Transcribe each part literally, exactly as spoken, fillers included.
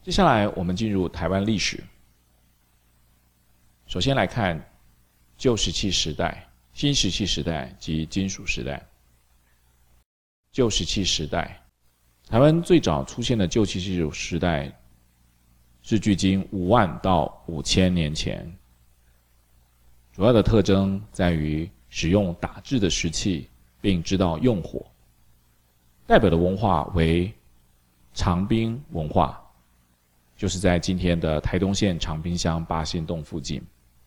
接下来我们进入台湾历史。首先来看旧石器时代、新石器时代及金属时代。旧石器时代，台湾最早出现的旧石器时代是距今五万到五千年前，主要的特征在于使用打制的石器，并知道用火。代表的文化为长滨文化，就是在今天的台东县长滨乡八仙洞附近。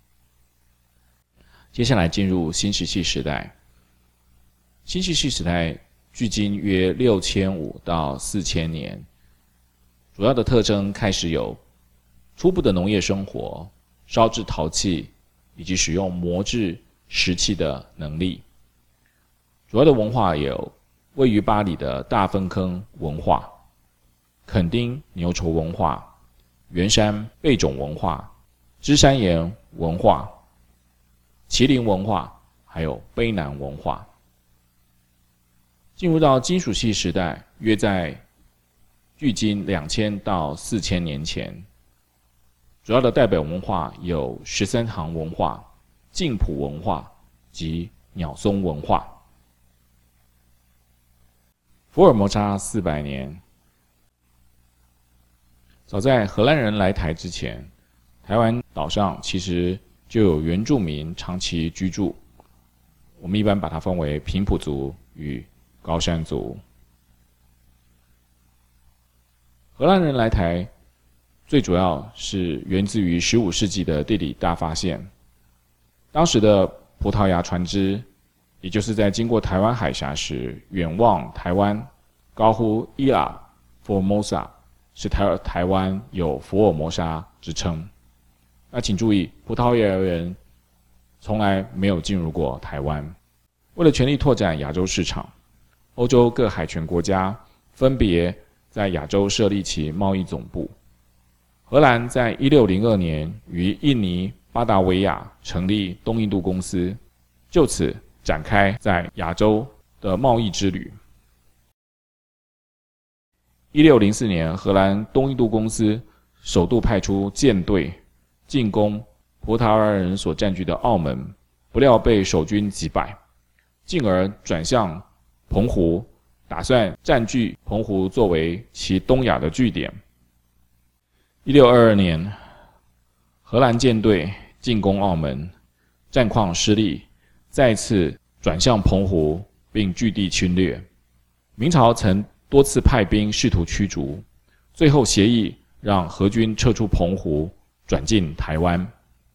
接下来进入新石器时代。新石器时代距今约六千五到四千年，主要的特征开始有初步的农业生活、烧制陶器以及使用磨制石器的能力。主要的文化有位于八里的大粪坑文化、垦丁牛稠文化、圆山贝种文化、芝山岩文化、麒麟文化，还有卑南文化。进入到金属器时代，约在距今两千到四千年前，主要的代表文化有十三行文化、镜谱文化及鸟松文化。福尔摩沙四百年，早在荷兰人来台之前，台湾岛上其实就有原住民长期居住，我们一般把它分为平埔族与高山族。荷兰人来台最主要是源自于十五世纪的地理大发现。当时的葡萄牙船只，也就是在经过台湾海峡时，远望台湾，高呼伊拉 Formosa， 是台台湾有福尔摩沙之称。那请注意，葡萄牙人从来没有进入过台湾。为了全力拓展亚洲市场，欧洲各海权国家分别在亚洲设立其贸易总部。荷兰在一六零二年于印尼巴达维亚成立东印度公司，就此展开在亚洲的贸易之旅。一六零四年，荷兰东印度公司首度派出舰队进攻葡萄牙人所占据的澳门，不料被守军击败，进而转向澎湖，打算占据澎湖作为其东亚的据点。一六二二年，荷兰舰队进攻澳门，战况失利，再次转向澎湖，并据地侵略。明朝曾多次派兵试图驱逐，最后协议让荷军撤出澎湖，转进台湾。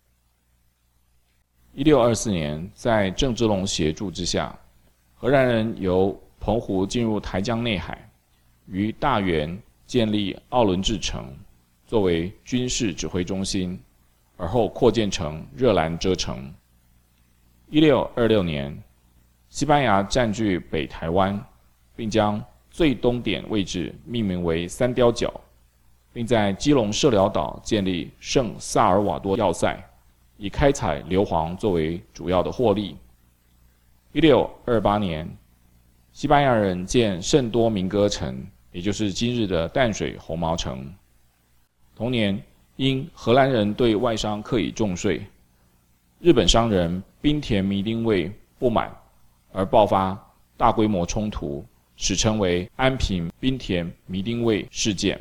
一六二四年，在郑芝龙协助之下，荷兰人由澎湖进入台江内海，于大园建立奥伦治城，作为军事指挥中心，而后扩建成热兰遮城。一六二六年，西班牙占据北台湾，并将最东点位置命名为三雕角，并在基隆社寮岛建立圣萨尔瓦多要塞，以开采硫磺作为主要的获利。一六二八年，西班牙人建圣多明哥城，也就是今日的淡水红毛城。同年，因荷兰人对外商课以重税，日本商人滨田弥丁卫不满，而爆发大规模冲突，史称为安平滨田弥丁卫事件。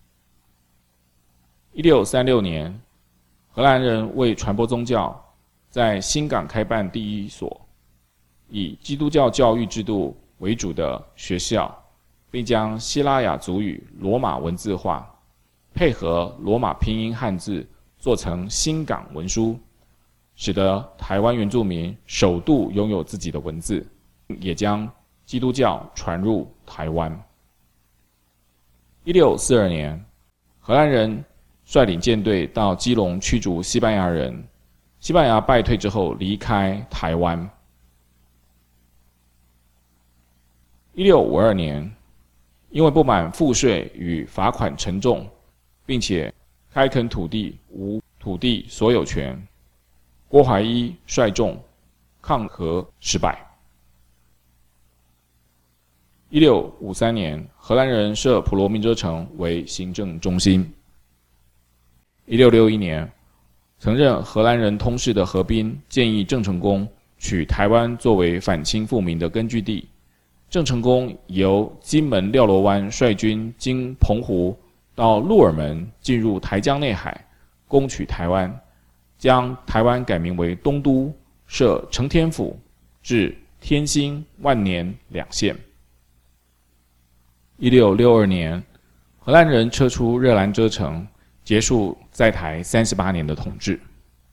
一六三六年，荷兰人为传播宗教，在新港开办第一所以基督教教育制度为主的学校，并将希腊雅族语罗马文字化，配合罗马拼音汉字做成新港文书，使得台湾原住民首度拥有自己的文字，也将基督教传入台湾。一六四二年，荷兰人率领舰队到基隆驱逐西班牙人，西班牙败退之后离开台湾。一六五二年，因为不满赋税与罚款沉重，并且开垦土地无土地所有权，郭怀一率众抗荷失败。一六五三年，荷兰人设普罗民遮城为行政中心。 一六六一年，曾任荷兰人通事的何宾建议郑成功取台湾作为反清复明的根据地。郑成功由金门廖罗湾率军经澎湖到鹿耳门，进入台江内海，攻取台湾，将台湾改名为东都，设承天府，至天兴、万年两县。一六六二年，荷兰人撤出热兰遮城，结束在台三十八年的统治。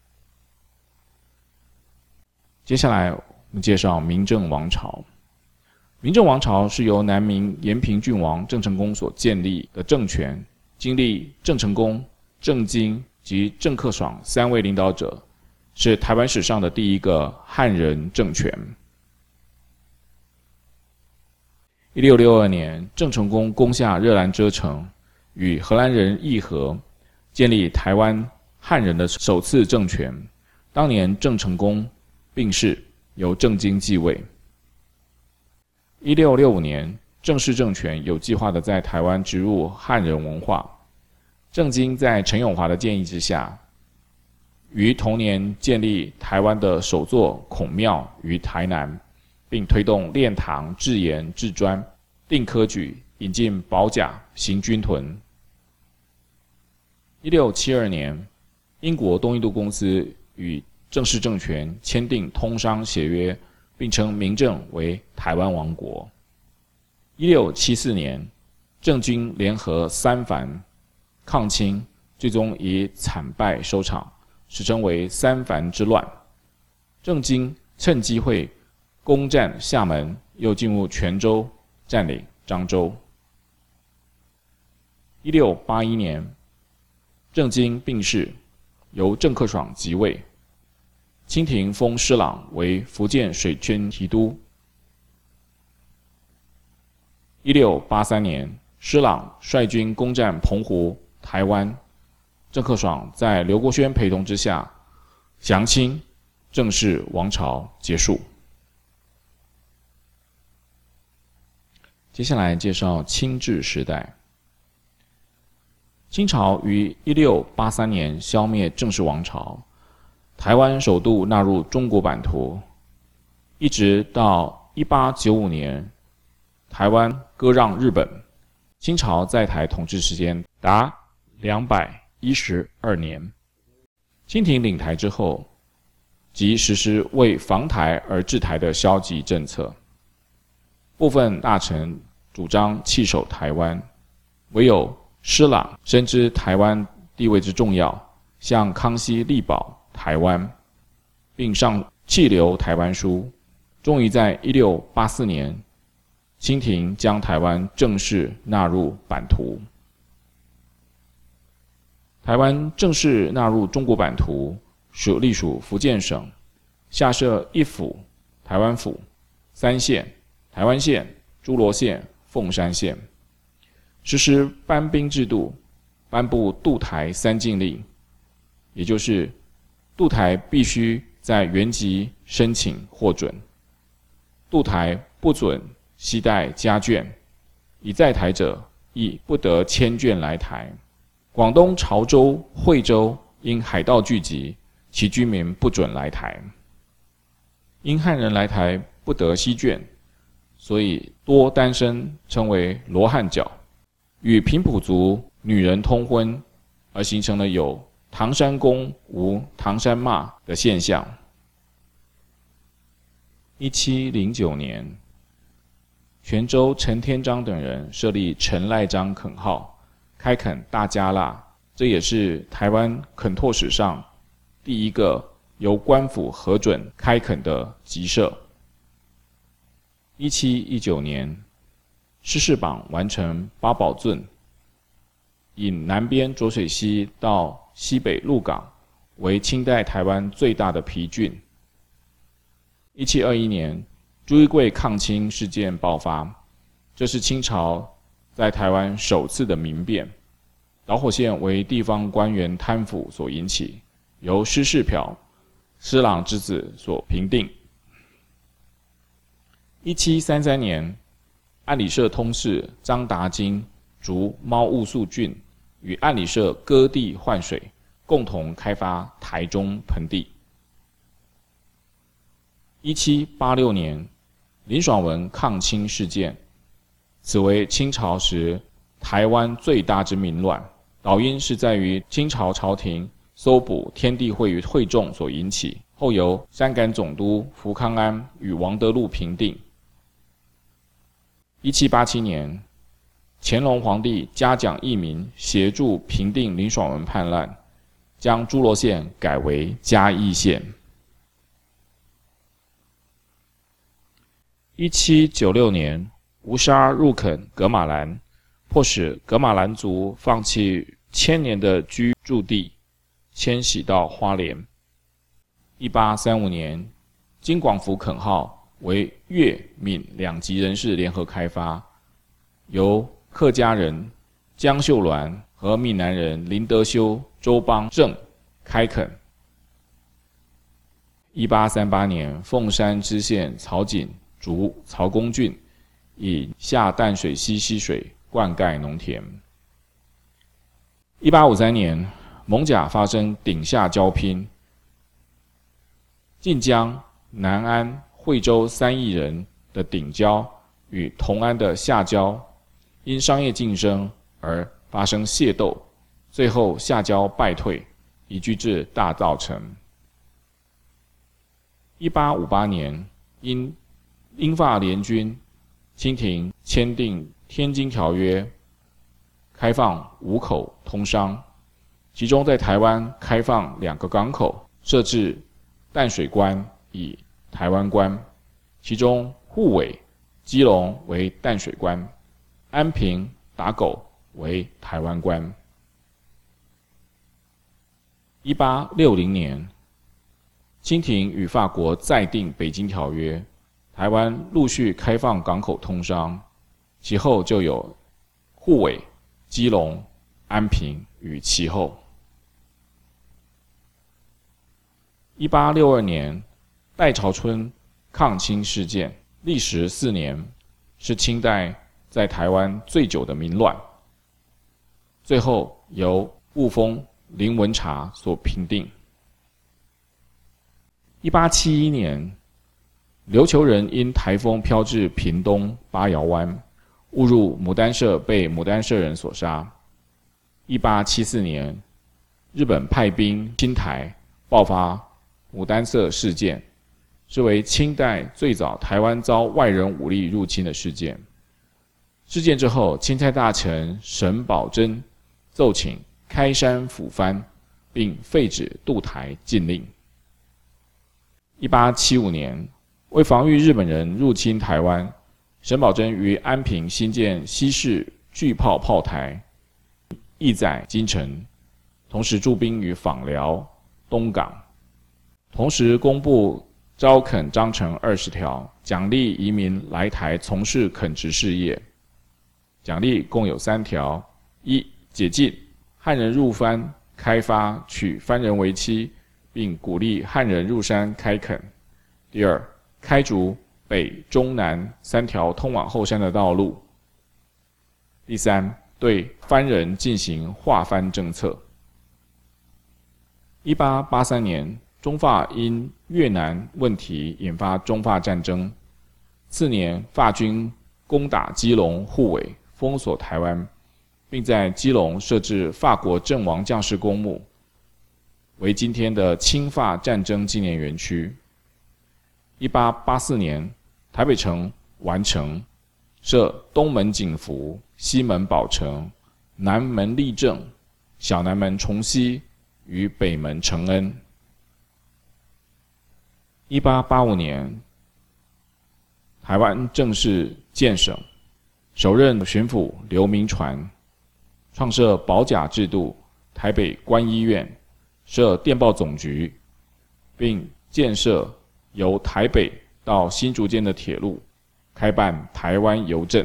接下来我们介绍明郑王朝。明郑王朝是由南明延平郡王郑成功所建立的政权，经历郑成功、郑经及郑克爽三位领导者，是台湾史上的第一个汉人政权。一六六二年，郑成功攻下热兰遮城，与荷兰人议和，建立台湾汉人的首次政权。当年郑成功病逝，由郑经继位。一六六五年，郑氏政权有计划的在台湾植入汉人文化。郑经在陈永华的建议之下，于同年建立台湾的首座孔庙于台南，并推动炼糖、制盐、制砖、定科举，引进保甲、行军屯。一六七二年，英国东印度公司与郑氏政权签订通商协约，并称明郑为台湾王国。一六七四年，郑军联合三藩抗清，最终以惨败收场，史称为三藩之乱。郑经趁机会攻占厦门，又进入泉州，占领漳州。一六八一年，郑经病逝，由郑克爽即位。清廷封施琅为福建水军提督。一六八三年，施琅率军攻占澎湖、台湾，郑克爽在刘国轩陪同之下降清，郑氏王朝结束。接下来介绍清治时代。清朝于一六八三年消灭郑氏王朝，台湾首度纳入中国版图，一直到一八九五年，台湾割让日本，清朝在台统治时间达两百一十二年。清廷领台之后，即实施为防台而治台的消极政策，部分大臣主张弃守台湾，唯有施琅深知台湾地位之重要，向康熙力保台湾，并上弃留台湾书，终于在一六八四年，清廷将台湾正式纳入版图。台湾正式纳入中国版图，属隶属福建省，下设一府、台湾府、三县、台湾县、诸罗县、凤山县，实施班兵制度，颁布渡台三禁令，也就是渡台必须在原籍申请获准，渡台不准携带家眷，已在台者亦不得迁眷来台。广东潮州、惠州因海盗聚集，其居民不准来台。因汉人来台不得西眷，所以多单身称为罗汉脚，与平埔族女人通婚，而形成了有唐山公无唐山骂的现象。一七零九年，泉州陈天章等人设立陈赖章垦号，开垦大加腊，这也是台湾垦拓史上第一个由官府核准开垦的集社。一七一九年，施世榜完成八宝圳，引南边浊水溪到西北鹿港，为清代台湾最大的皮郡。一七二一年，朱一贵抗清事件爆发，这是清朝在台湾首次的民变，导火线为地方官员贪腐所引起，由施世朴、施琅之子所平定。一七三三年，按理社通事张达金逐猫兀术郡，与按理社割地换水， 共同开发台中盆地。一七八六年，林爽文抗清事件，此为清朝时台湾最大之民乱，导因是在于清朝朝廷搜捕天地会于会众所引起，后由山感总督福康安与王德禄平定。一七八七年，乾隆皇帝嘉奖义民协助平定林爽文叛乱，将诸罗县改为嘉义县。一七九六年，吴沙入垦噶玛兰，迫使噶玛兰族放弃千年的居住地，迁徙到花莲。一八三五年，金广福垦号为粤闽两级人士联合开发，由客家人江秀銮和闽南人林德修、周邦正开垦。一八三八年，凤山知县曹锦逐曹公郡，以下淡水溪溪水灌溉农田。一八五三年，艋舺发生顶下交拼，晋江、南安、惠州三邑人的顶交与同安的下交因商业竞争而发生械斗，最后下交败退，移居至大稻埕。一八五八年，因英法联军，清廷签订《天津条约》，开放五口通商，其中在台湾开放两个港口，设置淡水关以台湾关，其中滬尾、基隆为淡水关，安平、打狗为台湾关。一八六零年，清廷与法国再订《北京条约》，台湾陆续开放港口通商，其后就有滬尾、基隆、安平与其后。一八六二年，戴潮春抗清事件，历时四年，是清代在台湾最久的民乱，最后由雾峰林文察所平定。一八七一年，琉球人因台风飘至屏东八窑湾，误入牡丹社，被牡丹社人所杀。一八七四年，日本派兵侵台，爆发牡丹社事件，是为清代最早台湾遭外人武力入侵的事件。事件之后，钦差大臣沈葆桢奏请开山抚番，并废止渡台禁令。一八七五年，为防御日本人入侵台湾，沈葆桢于安平新建西式巨炮炮台，役在京城，同时驻兵于枋寮、东港，同时公布招垦章程二十条，奖励移民来台从事垦殖事业。奖励共有三条：一、解禁汉人入番开发，娶番人为妻，并鼓励汉人入山开垦；第二，开筑北、中、南三条通往后山的道路；第三，对番人进行划番政策。一八八三年，中法因越南问题引发中法战争，次年法军攻打基隆、滬尾，封锁台湾，并在基隆设置法国阵亡将士公墓，为今天的清法战争纪念园区。一八八四年，台北城完成，设东门景福、西门宝城、南门立正、小南门崇熙与北门承恩。一八八五年，台湾正式建省，首任巡抚刘铭传，创设保甲制度，台北关医院，设电报总局，并建设由台北到新竹间的铁路，开办台湾邮政。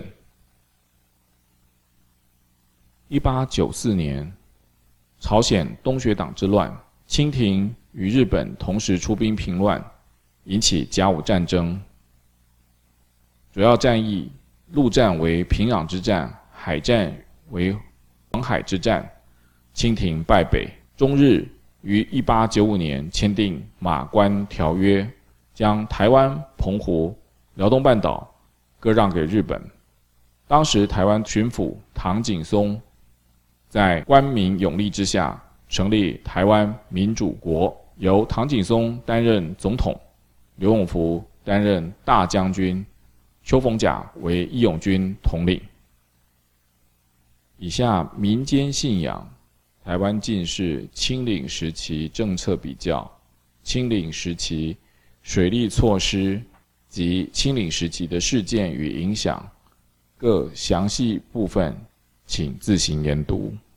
一八九四年，朝鲜东学党之乱，清廷与日本同时出兵平乱，引起甲午战争。主要战役，陆战为平壤之战，海战为黄海之战，清廷败北， 中日于一八九五年签订马关条约，将台湾、澎湖、辽东半岛割让给日本。当时台湾巡抚唐景崧在官民勇力之下，成立台湾民主国，由唐景崧担任总统，刘永福担任大将军，邱逢甲为义勇军统领。以下民间信仰，台湾近世清领时期政策比较，清领时期水利措施及清领时期的事件与影响，各详细部分请自行研读。